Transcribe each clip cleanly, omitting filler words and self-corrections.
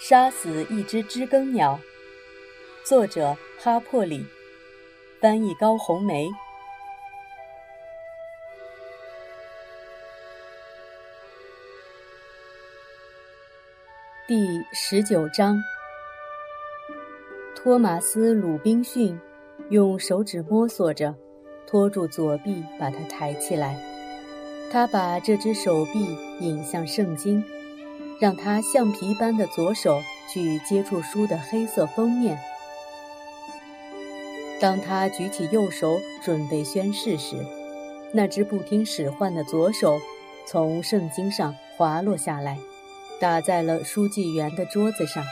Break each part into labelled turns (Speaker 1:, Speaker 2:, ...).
Speaker 1: 杀死一只知更鸟，作者哈珀里，翻译高红梅。第19章。托马斯·鲁滨逊用手指摸索着，托住左臂，把它抬起来。他把这只手臂引向圣经，让他橡皮般的左手去接触书的黑色封面。当他举起右手准备宣誓时，那只不听使唤的左手从圣经上滑落下来，打在了书记员的桌子上。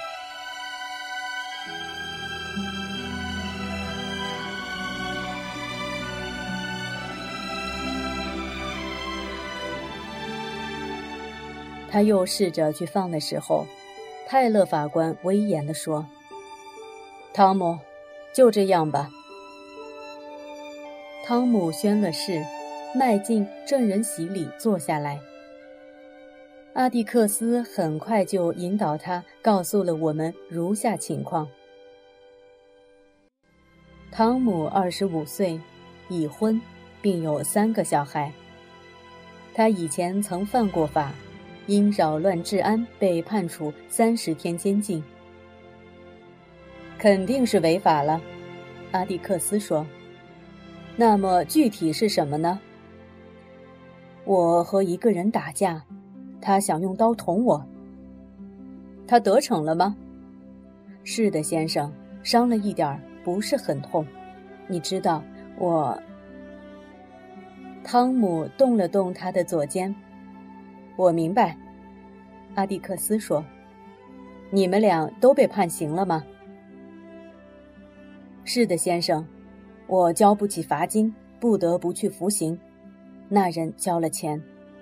Speaker 1: 他又试着去放的时候，泰勒法官威严地说：“汤姆，就这样吧。”汤姆宣了誓，迈进证人席里坐下来。阿蒂克斯很快就引导他告诉了我们如下情况：汤姆25岁，已婚，并有3个小孩。他以前曾犯过法，因扰乱治安被判处30天监禁。肯定是违法了，阿蒂克斯说。那么具体是什么呢？我和一个人打架，他想用刀捅我。他得逞了吗？是的，先生，伤了一点，不是很痛。你知道，汤姆动了动他的左肩。我明白，阿蒂克斯说。你们俩都被判刑了吗？是的，先生，我交不起罚金，不得不去服刑。那人交了钱。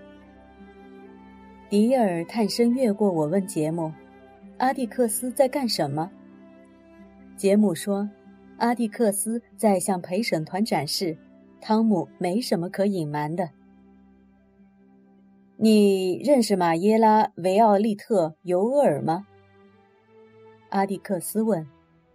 Speaker 1: 迪尔探身越过我，问杰姆：“阿蒂克斯在干什么？”杰姆说：“阿蒂克斯在向陪审团展示，汤姆没什么可隐瞒的。”你认识马耶拉·维奥利特·尤厄尔吗？阿蒂克斯问。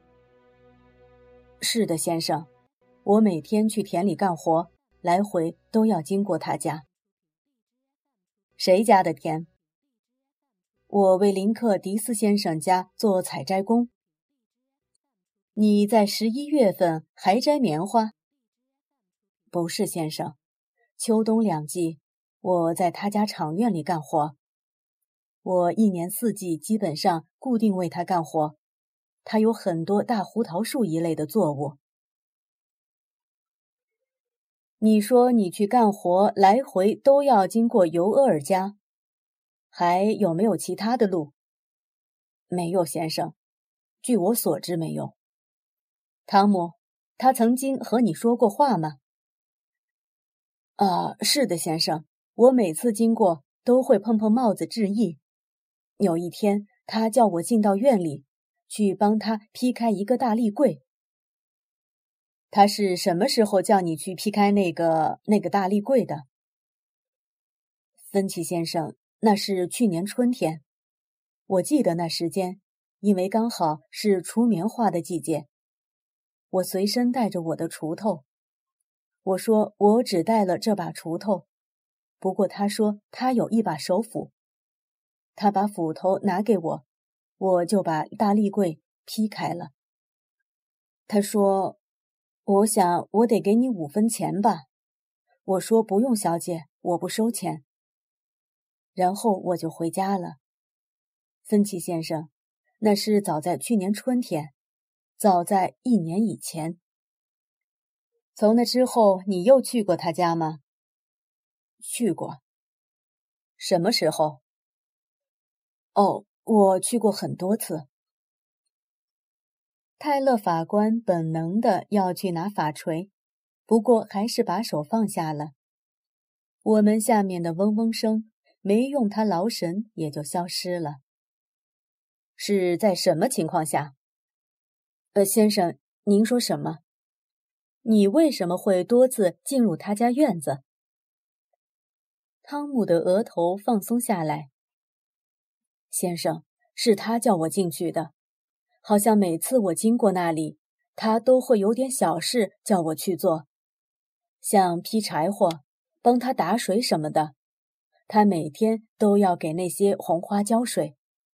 Speaker 1: 是的，先生，我每天去田里干活，来回都要经过他家。谁家的田？我为林克迪斯先生家做采摘工。你在11月份还摘棉花？不是，先生，秋冬2季我在他家场院里干活。我1年4季基本上固定为他干活，他有很多大胡桃树一类的作物。你说你去干活来回都要经过尤厄尔家，还有没有其他的路？没有，先生，据我所知没有。汤姆，他曾经和你说过话吗？是的，先生，我每次经过都会碰碰帽子致意。有一天，他叫我进到院里，去帮他劈开一个大立柜。他是什么时候叫你去劈开那个大立柜的？芬奇先生，那是去年春天。我记得那时间，因为刚好是除棉花的季节。我随身带着我的锄头。我说我只带了这把锄头，不过他说他有一把手斧。他把斧头拿给我，我就把大立柜劈开了。他说：“我想我得给你5分钱吧。”我说：“不用，小姐，我不收钱。”然后我就回家了。芬奇先生，那是早在去年春天，早在1年以前。从那之后，你又去过他家吗？去过。什么时候？我去过很多次。泰勒法官本能的要去拿法锤，不过还是把手放下了。我们下面的嗡嗡声没用他劳神，也就消失了。是在什么情况下？先生，您说什么？你为什么会多次进入他家院子？汤姆的额头放松下来。先生， 是他叫我进去的，好像每次我经过那里，他都会有点小事叫我去做，像劈柴火、帮他打水什么的。他每天都要给那些红花浇水。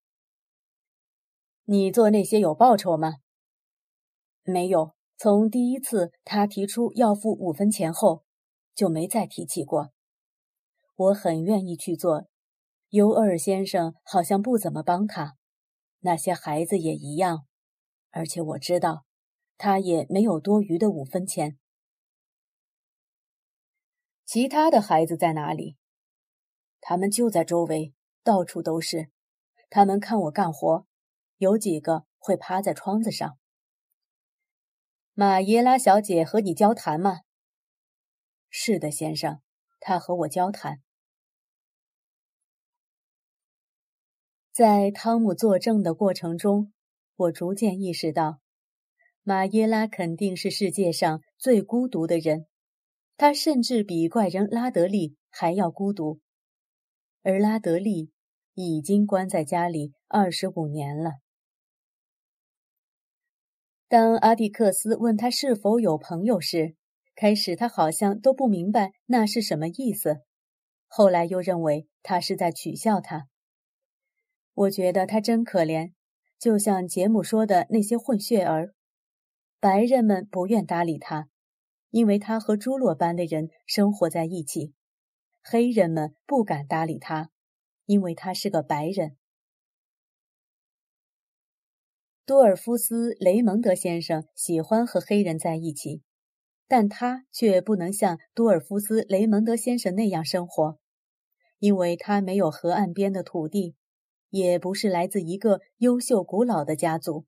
Speaker 1: 你做那些有报酬吗？没有，从第一次他提出要付5分钱后，就没再提起过。我很愿意去做，尤厄尔先生好像不怎么帮他，那些孩子也一样，而且我知道，他也没有多余的5分钱。其他的孩子在哪里？他们就在周围，到处都是。他们看我干活，有几个会趴在窗子上。马耶拉小姐和你交谈吗？是的，先生，她和我交谈。在汤姆作证的过程中，我逐渐意识到，马耶拉肯定是世界上最孤独的人，她甚至比怪人拉德利还要孤独。而拉德利已经关在家里25年了。当阿蒂克斯问他是否有朋友时，开始他好像都不明白那是什么意思，后来又认为他是在取笑他。我觉得他真可怜，就像杰姆说的那些混血儿，白人们不愿搭理他，因为他和猪猡般的人生活在一起。黑人们不敢搭理他，因为他是个白人。多尔夫斯·雷蒙德先生喜欢和黑人在一起，但他却不能像多尔夫斯·雷蒙德先生那样生活，因为他没有河岸边的土地，也不是来自一个优秀古老的家族。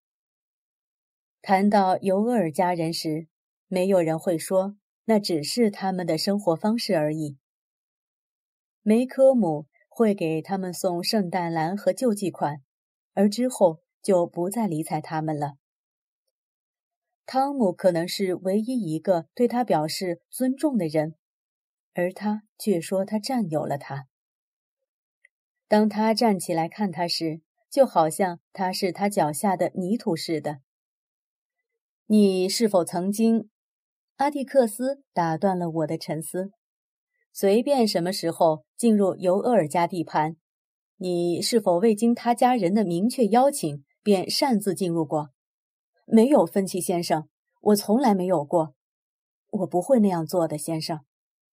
Speaker 1: 谈到尤厄尔家人时，没有人会说那只是他们的生活方式而已。梅科姆会给他们送圣诞篮和救济款，而之后就不再理睬他们了。汤姆可能是唯一一个对他表示尊重的人，而他却说他占有了他。当他站起来看他时，就好像他是他脚下的泥土似的。你是否曾经？阿蒂克斯打断了我的沉思。随便什么时候进入尤厄尔家地盘，你是否未经他家人的明确邀请便擅自进入过？没有，芬奇先生，我从来没有过。我不会那样做的，先生。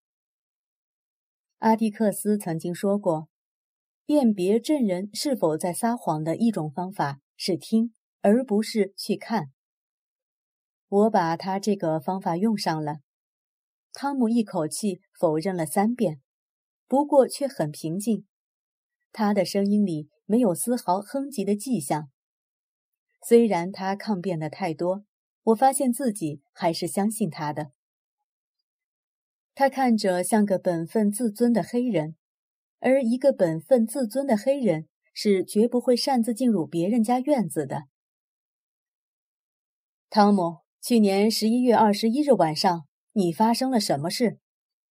Speaker 1: 阿蒂克斯曾经说过，辨别证人是否在撒谎的一种方法是听，而不是去看。我把他这个方法用上了。汤姆一口气否认了3遍，不过却很平静。他的声音里没有丝毫哼唧的迹象。虽然他抗辩的太多，我发现自己还是相信他的。他看着像个本分自尊的黑人，而一个本分自尊的黑人是绝不会擅自进入别人家院子的。汤姆，去年11月21日晚上，你发生了什么事？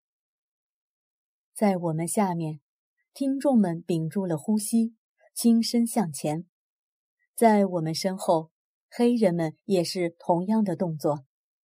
Speaker 1: 在我们下面，听众们屏住了呼吸，轻身向前。在我们身后，黑人们也是同样的动作。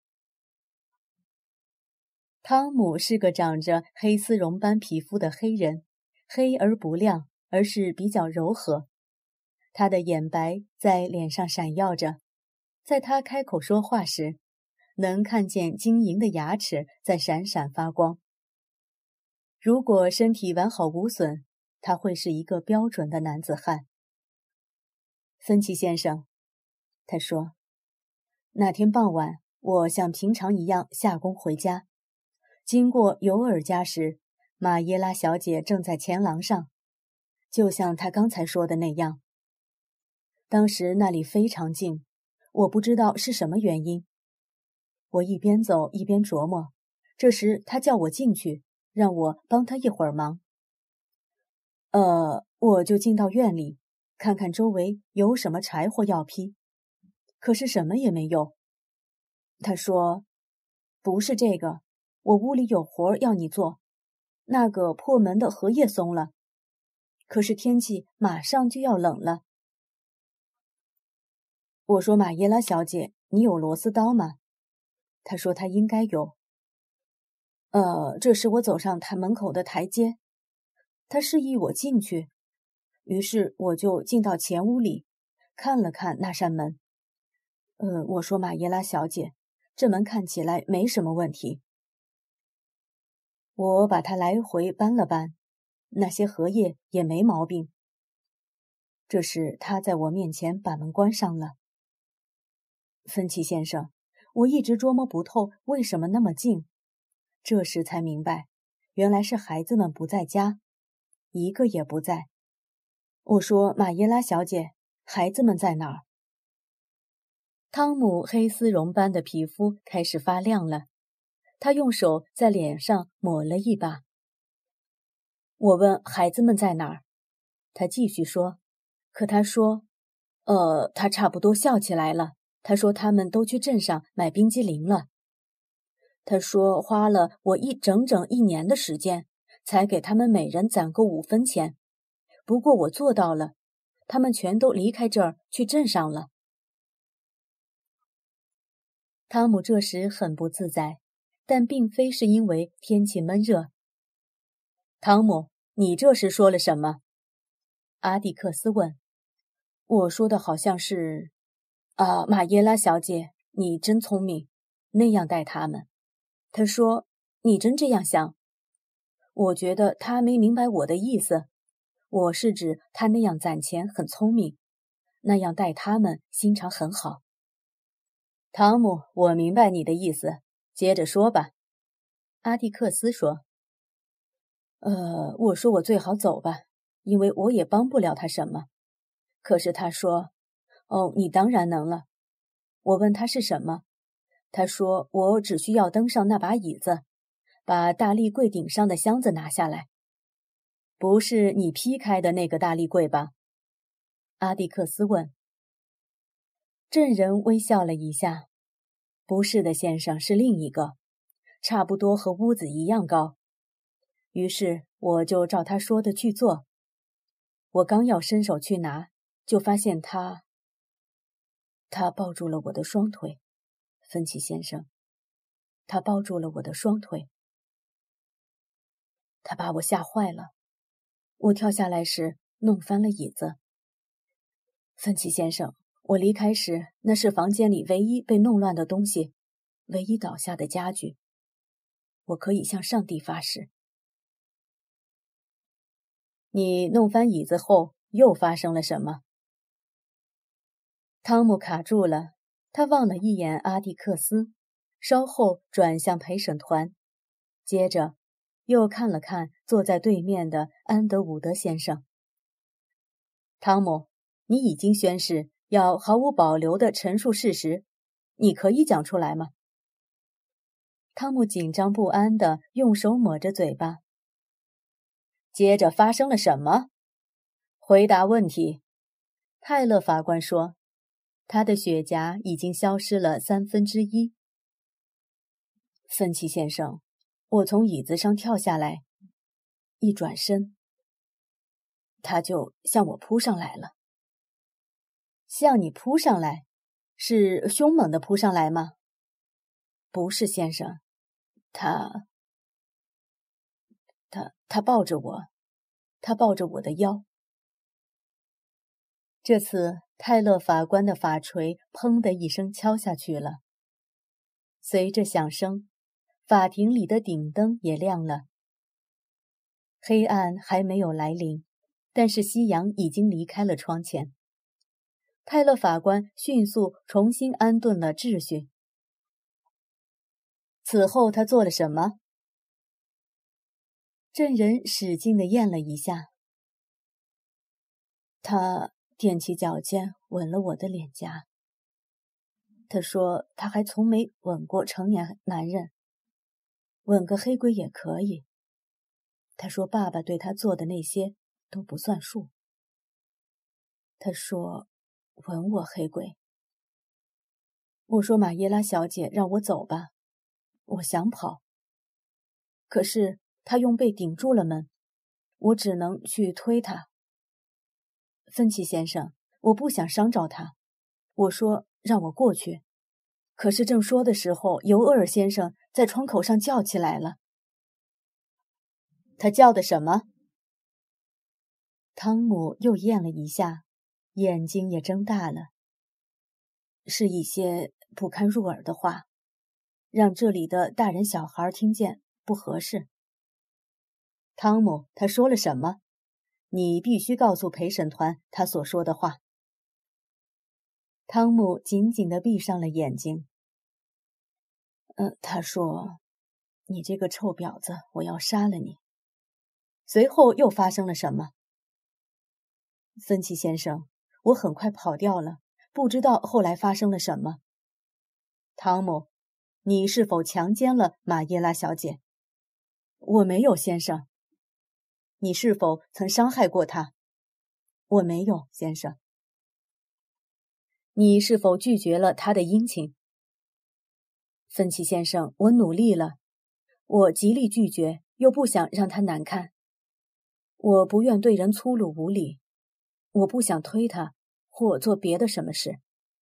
Speaker 1: 汤姆是个长着黑丝绒般皮肤的黑人，黑而不亮，而是比较柔和。他的眼白在脸上闪耀着，在他开口说话时，能看见晶莹的牙齿在闪闪发光。如果身体完好无损，他会是一个标准的男子汉。芬奇先生，他说，那天傍晚，我像平常一样下工回家。经过尤尔家时，马耶拉小姐正在前廊上，就像她刚才说的那样。当时那里非常静，我不知道是什么原因。我一边走一边琢磨，这时她叫我进去，让我帮她一会儿忙。我就进到院里，看看周围有什么柴火要劈，可是什么也没有。她说，不是这个。我屋里有活要你做，那个破门的荷叶松了，可是天气马上就要冷了， 我说马耶拉小姐，你有螺丝刀吗？她说她应该有。这时我走上他门口的台阶，他示意我进去，于是我就进到前屋里，看了看那扇门。我说马耶拉小姐，这门看起来没什么问题。我把它来回搬了搬，那些荷叶也没毛病。这时他在我面前把门关上了。芬奇先生，我一直捉摸不透为什么那么静，这时才明白，原来是孩子们不在家，一个也不在。我说马耶拉小姐，孩子们在哪儿？汤姆黑丝绒般的皮肤开始发亮了，他用手在脸上抹了一把。我问孩子们在哪儿，他继续说，可他说，他差不多笑起来了。他说他们都去镇上买冰激凌了。他说花了我整整1年的时间，才给他们每人攒够5分钱。不过我做到了，他们全都离开这儿去镇上了。汤姆这时很不自在，但并非是因为天气闷热。汤姆，你这时说了什么？阿蒂克斯问。我说的好像是，马耶拉小姐，你真聪明，那样待他们。他说，你真这样想？我觉得他没明白我的意思。我是指他那样攒钱很聪明，那样待他们心肠很好。汤姆，我明白你的意思，接着说吧。阿蒂克斯说。我说我最好走吧，因为我也帮不了他什么。可是他说，你当然能了。我问他是什么，他说我只需要登上那把椅子，把大立柜顶上的箱子拿下来。不是你劈开的那个大立柜吧？阿蒂克斯问。证人微笑了一下。不是的，先生，是另一个，差不多和屋子一样高。于是我就照他说的去做。我刚要伸手去拿，就发现他抱住了我的双腿，芬奇先生，他抱住了我的双腿。他把我吓坏了。我跳下来时弄翻了椅子。芬奇先生，我离开时，那是房间里唯一被弄乱的东西，唯一倒下的家具。我可以向上帝发誓。你弄翻椅子后又发生了什么？汤姆卡住了，他望了一眼阿蒂克斯，稍后转向陪审团，接着又看了看坐在对面的安德伍德先生。汤姆，你已经宣誓要毫无保留地陈述事实，你可以讲出来吗？汤姆紧张不安地用手抹着嘴巴。接着发生了什么？回答问题。泰勒法官说，他的血颊已经消失了1/3。芬奇先生，我从椅子上跳下来，一转身，他就向我扑上来了。向你扑上来？是凶猛地扑上来吗？不是，先生。他抱着我，他抱着我的腰。这次泰勒法官的法锤砰的一声敲下去了。随着响声，法庭里的顶灯也亮了。黑暗还没有来临，但是夕阳已经离开了窗前。泰勒法官迅速重新安顿了秩序。此后他做了什么？证人使劲地咽了一下。他踮起脚尖吻了我的脸颊。他说他还从没吻过成年男人，吻个黑鬼也可以。他说爸爸对他做的那些都不算数。他说吻我，黑鬼。我说马耶拉小姐，让我走吧，我想跑。可是他用背顶住了门，我只能去推他。芬奇先生，我不想伤着他， 我说让我过去，可是正说的时候，尤厄尔先生在窗口上叫起来了。
Speaker 2: 他叫的什么？
Speaker 1: 汤姆又咽了一下，眼睛也睁大了。是一些不堪入耳的话，让这里的大人小孩听见不合适。
Speaker 2: 汤姆，他说了什么？你必须告诉陪审团他所说的话。
Speaker 1: 汤姆紧紧地闭上了眼睛。他说：“你这个臭婊子，我要杀了你。”
Speaker 2: 随后又发生了什么？
Speaker 1: 芬奇先生，我很快跑掉了，不知道后来发生了什么。
Speaker 2: 汤姆，你是否强奸了马耶拉小姐？
Speaker 1: 我没有，先生。
Speaker 2: 你是否曾伤害过她？
Speaker 1: 我没有，先生。
Speaker 2: 你是否拒绝了她的殷勤？
Speaker 1: 芬奇先生，我努力了，我极力拒绝，又不想让她难看。我不愿对人粗鲁无礼，我不想推她或做别的什么事。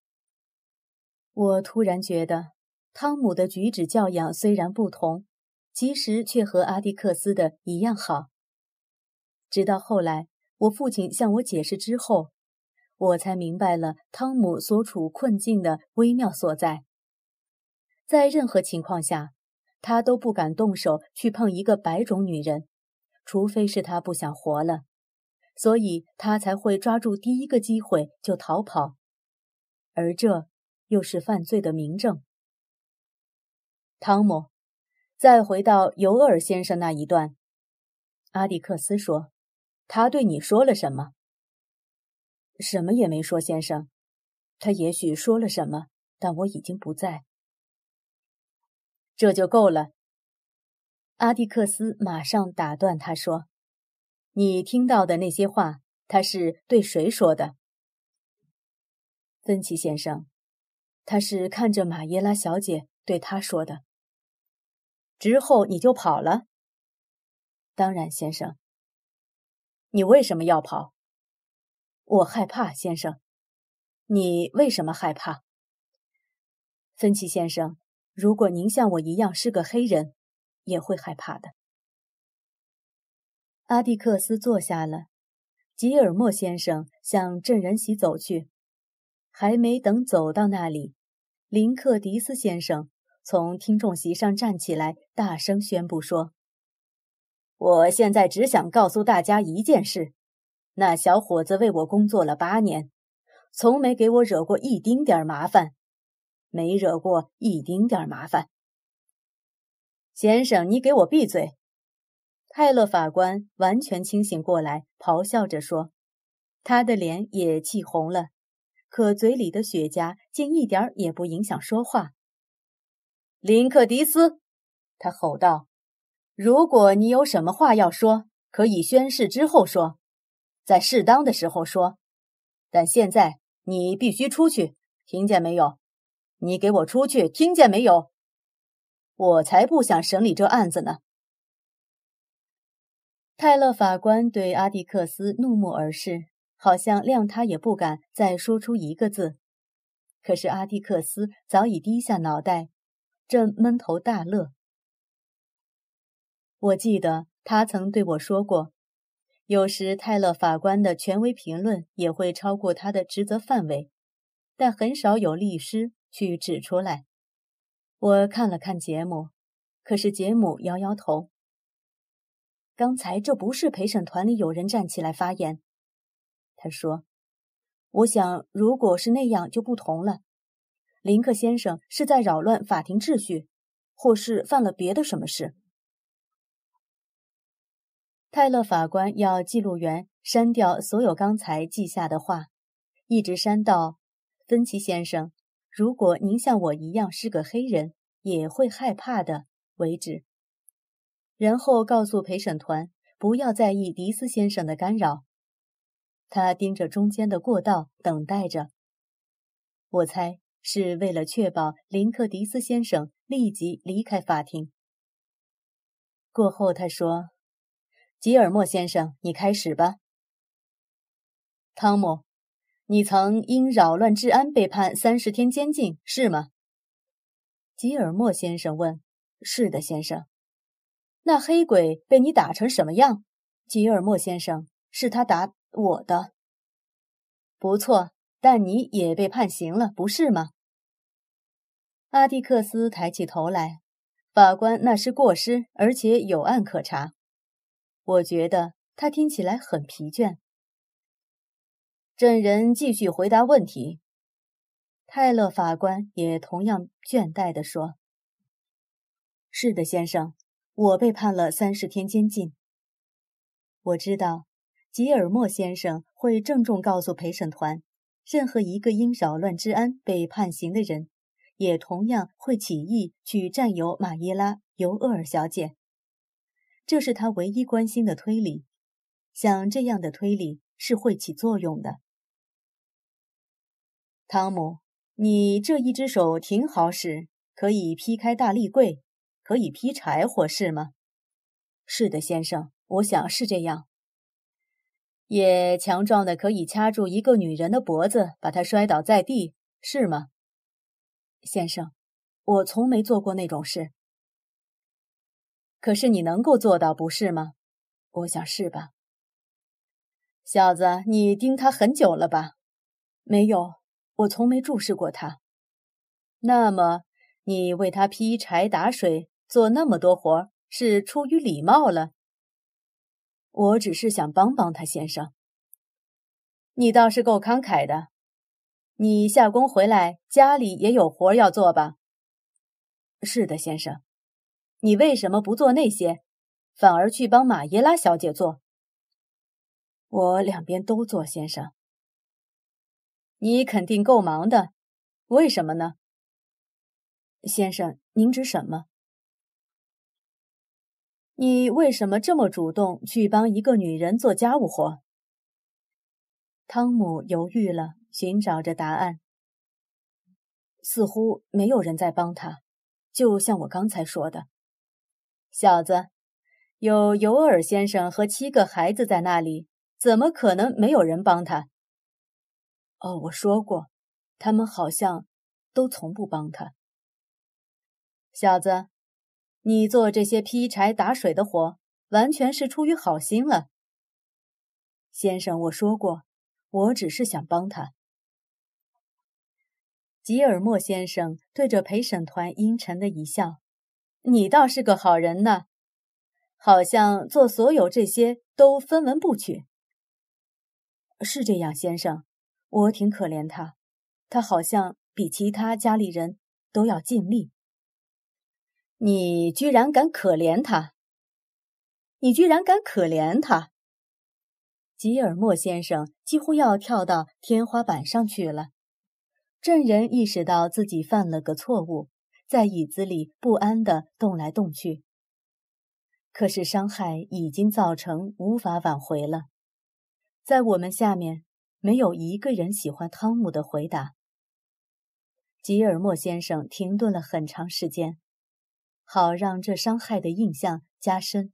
Speaker 1: 我突然觉得，汤姆的举止教养虽然不同，其实却和阿蒂克斯的一样好。直到后来，我父亲向我解释之后，我才明白了汤姆所处困境的微妙所在。在任何情况下，他都不敢动手去碰一个白种女人，除非是他不想活了，所以他才会抓住第一个机会就逃跑，而这又是犯罪的明证。
Speaker 2: 汤姆，再回到尤厄尔先生那一段，阿蒂克斯说，他对你说了什么？
Speaker 1: 什么也没说，先生。他也许说了什么，但我已经不在。
Speaker 2: 这就够了。
Speaker 1: 阿蒂克斯马上打断他说：“
Speaker 2: 你听到的那些话，他是对谁说的？”
Speaker 1: 芬奇先生，他是看着马耶拉小姐对他说的。
Speaker 2: 之后你就跑了？
Speaker 1: 当然，先生。
Speaker 2: 你为什么要跑？
Speaker 1: 我害怕，先生。
Speaker 2: 你为什么害怕？
Speaker 1: 芬奇先生，如果您像我一样是个黑人，也会害怕的。阿蒂克斯坐下了，吉尔莫先生向证人席走去。还没等走到那里，林克迪斯先生从听众席上站起来，大声宣布说：“
Speaker 2: 我现在只想告诉大家一件事，那小伙子为我工作了8年，从没给我惹过一丁点麻烦，没惹过一丁点麻烦。”先生，你给我闭嘴！泰勒法官完全清醒过来，咆哮着说，他的脸也气红了，可嘴里的雪茄竟一点也不影响说话。林克迪斯，他吼道，如果你有什么话要说，可以宣誓之后说，在适当的时候说，但现在你必须出去，听见没有？你给我出去，听见没有？我才不想审理这案子呢。
Speaker 1: 泰勒法官对阿蒂克斯怒目而视，好像谅他也不敢再说出一个字。可是阿蒂克斯早已低下脑袋，正闷头大乐。我记得他曾对我说过，有时泰勒法官的权威评论也会超过他的职责范围，但很少有律师去指出来。我看了看杰姆，可是杰姆摇摇头。刚才这不是陪审团里有人站起来发言，他说，我想如果是那样就不同了。林克先生是在扰乱法庭秩序，或是犯了别的什么事。泰勒法官要记录员删掉所有刚才记下的话，一直删到芬奇先生，如果您像我一样是个黑人，也会害怕的为止。然后告诉陪审团不要在意迪斯先生的干扰。他盯着中间的过道等待着，我猜是为了确保林克迪斯先生立即离开法庭。过后他说，吉尔莫先生，你开始吧。
Speaker 2: 汤姆， 你曾因扰乱治安被判30天监禁，是吗？吉尔莫先生问。是的，先生。那黑鬼被你打成什么样？吉尔莫先生，是他打我的。不错，但你也被判刑了，不是吗？阿蒂克斯抬起头来，法官那是过失，而且有案可查。我觉得他听起来很疲倦。证人继续回答问题。泰勒法官也同样倦怠地说：是的，先生，我被判了30天监禁。我知道吉尔莫先生会郑重告诉陪审团，任何一个因扰乱治安被判刑的人也同样会起意去占有马耶拉·尤厄尔小姐。这是他唯一关心的推理，像这样的推理是会起作用的。汤姆，你这一只手挺好使，可以劈开大立柜，可以劈柴火，是吗？是的，先生，我想是这样。也强壮的可以掐住一个女人的脖子，把她摔倒在地，是吗？先生，我从没做过那种事。可是你能够做到，不是吗？我想是吧。小子，你盯他很久了吧？没有，我从没注视过他。那么，你为他劈柴打水，做那么多活，是出于礼貌了？我只是想帮帮他，先生。你倒是够慷慨的。你下工回来，家里也有活要做吧？是的，先生。你为什么不做那些，反而去帮马耶拉小姐做？我两边都做，先生。你肯定够忙的，为什么呢？先生，您指什么？你为什么这么主动去帮一个女人做家务活？汤姆犹豫了，寻找着答案。似乎没有人在帮他，就像我刚才说的。小子，有尤尔先生和7个孩子在那里，怎么可能没有人帮他？哦，我说过，他们好像都从不帮他。小子，你做这些劈柴打水的活，完全是出于好心了。先生，我说过，我只是想帮他。吉尔莫先生对着陪审团阴沉的一笑：你倒是个好人呢，好像做所有这些都分文不取。是这样，先生，我挺可怜他，他好像比其他家里人都要尽力。你居然敢可怜他！你居然敢可怜他！吉尔莫先生几乎要跳到天花板上去了。证人意识到自己犯了个错误，在椅子里不安地动来动去。可是伤害已经造成，无法挽回了。在我们下面，没有一个人喜欢汤姆的回答。吉尔莫先生停顿了很长时间，好让这伤害的印象加深。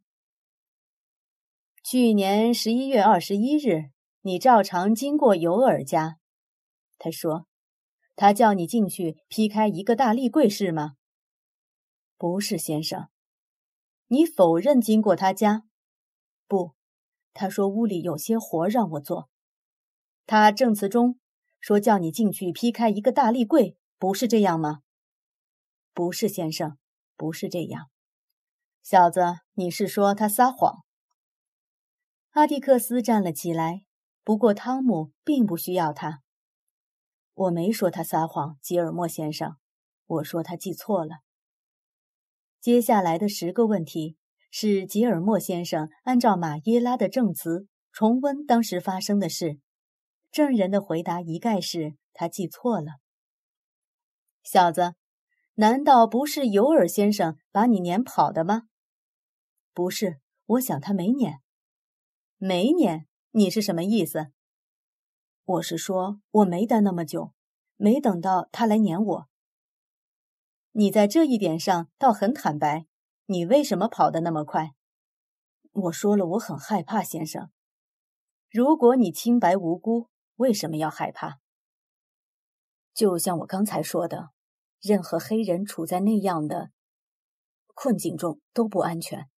Speaker 2: 去年11月21日，你照常经过尤尔家，他说。他叫你进去劈开一个大立柜是吗？不是，先生。你否认经过他家？不，他说屋里有些活让我做。他证词中说叫你进去劈开一个大立柜，不是这样吗？不是，先生，不是这样。小子，你是说他撒谎？阿蒂克斯站了起来，不过汤姆并不需要他。我没说他撒谎，吉尔莫先生，我说他记错了。接下来的10个问题是吉尔莫先生按照马耶拉的证词重温当时发生的事，证人的回答一概是他记错了。小子，难道不是尤尔先生把你撵跑的吗？不是，我想他没撵。没撵？你是什么意思？我是说，我没待那么久，没等到他来撵我。你在这一点上倒很坦白，你为什么跑得那么快？我说了，我很害怕，先生。如果你清白无辜， 为什么要害怕？就像我刚才说的，任何黑人处在那样的困境中都不安全。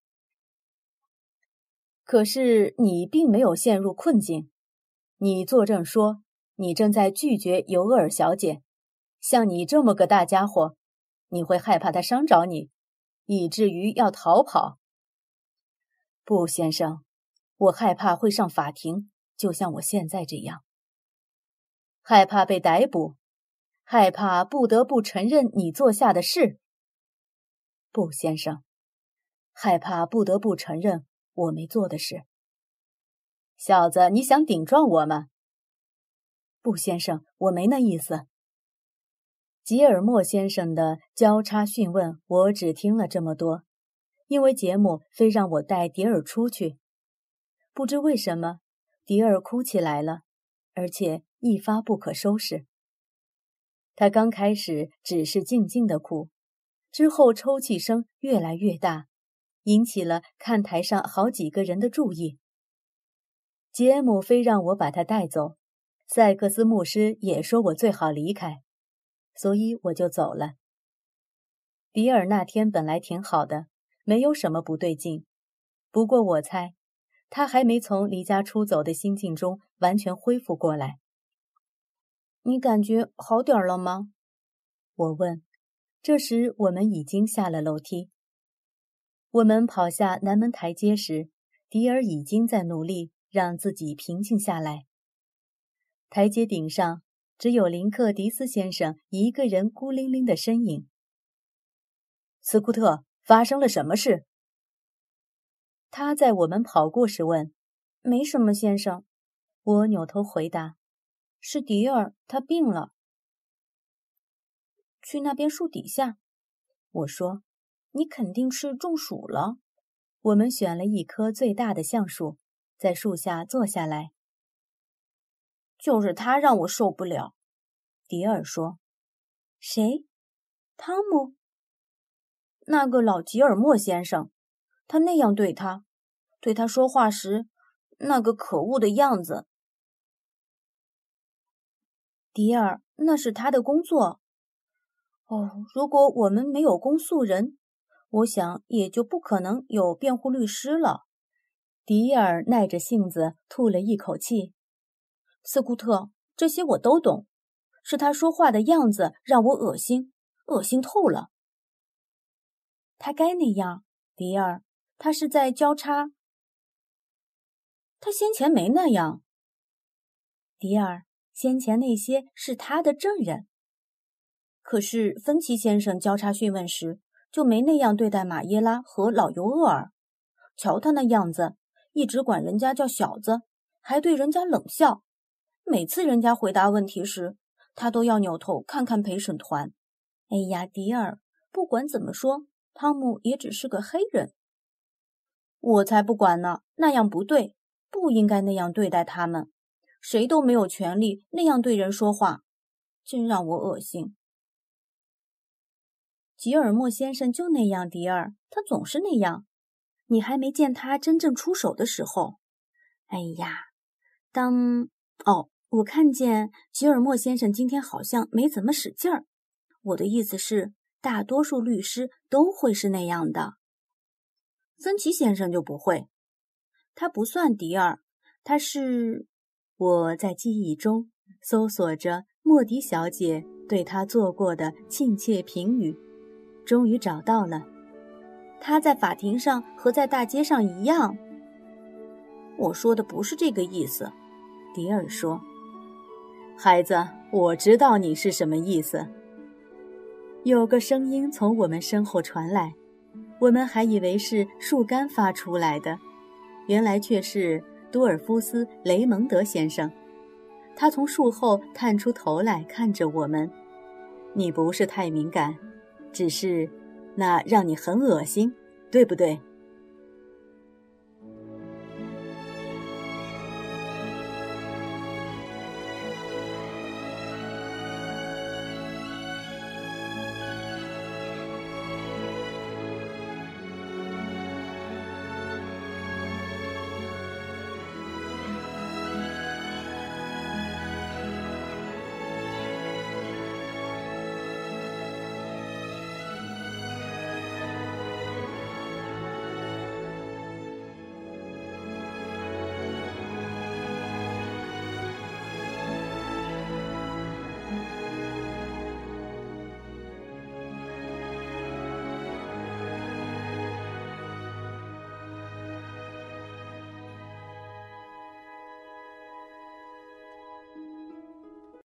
Speaker 2: 可是你并没有陷入困境，你作证说你正在拒绝尤厄尔小姐。像你这么个大家伙，你会害怕他伤着你，以至于要逃跑。不，先生，我害怕会上法庭，就像我现在这样。害怕被逮捕，害怕不得不承认你做下的事。不，先生，害怕不得不承认我没做的事。小子，你想顶撞我吗？不，先生，我没那意思。吉尔莫先生的交叉讯问，我只听了这么多，因为杰姆非让我带迪尔出去。不知为什么，迪尔哭起来了，而且一发不可收拾。他刚开始只是静静的哭，之后抽泣声越来越大，引起了看台上好几个人的注意。杰姆非让我把他带走，塞克斯牧师也说我最好离开。所以我就走了。迪尔那天本来挺好的，没有什么不对劲。不过我猜，他还没从离家出走的心境中完全恢复过来。你感觉好点了吗？我问。这时我们已经下了楼梯。我们跑下南门台阶时，迪尔已经在努力让自己平静下来。台阶顶上只有林克迪斯先生一个人孤零零的身影。斯库特，发生了什么事？他在我们跑过时问。没什么，先生。我扭头回答。是迪尔，他病了。去那边树底下。我说。你肯定是中暑了。我们选了一棵最大的橡树，在树下坐下来。就是他让我受不了。迪尔说。谁？汤姆？那个老吉尔莫先生，他那样对他说话时，那个可恶的样子。迪尔，那是他的工作。哦，如果我们没有公诉人，我想也就不可能有辩护律师了。迪尔耐着性子吐了一口气。斯库特，这些我都懂，是他说话的样子让我恶心，恶心透了。他该那样，迪尔，他是在交叉。他先前没那样。迪尔，先前那些是他的证人。可是芬奇先生交叉讯问时，就没那样对待马耶拉和老尤厄尔。瞧他那样子，一直管人家叫小子，还对人家冷笑。每次人家回答问题时，他都要扭头看看陪审团。哎呀，迪尔，不管怎么说，汤姆也只是个黑人。我才不管呢，那样不对，不应该那样对待他们。谁都没有权利那样对人说话，真让我恶心。吉尔莫先生就那样，迪尔，他总是那样。你还没见他真正出手的时候。哎呀，我看见吉尔莫先生今天好像没怎么使劲儿。我的意思是，大多数律师都会是那样的。芬奇先生就不会。他不算迪尔，他是……我在记忆中搜索着莫迪小姐对他做过的亲切评语，终于找到了。他在法庭上和在大街上一样。我说的不是这个意思，迪尔说。孩子，我知道你是什么意思。有个声音从我们身后传来，我们还以为是树干发出来的，原来却是多尔夫斯·雷蒙德先生。他从树后探出头来看着我们。你不是太敏感，只是那让你很恶心，对不对？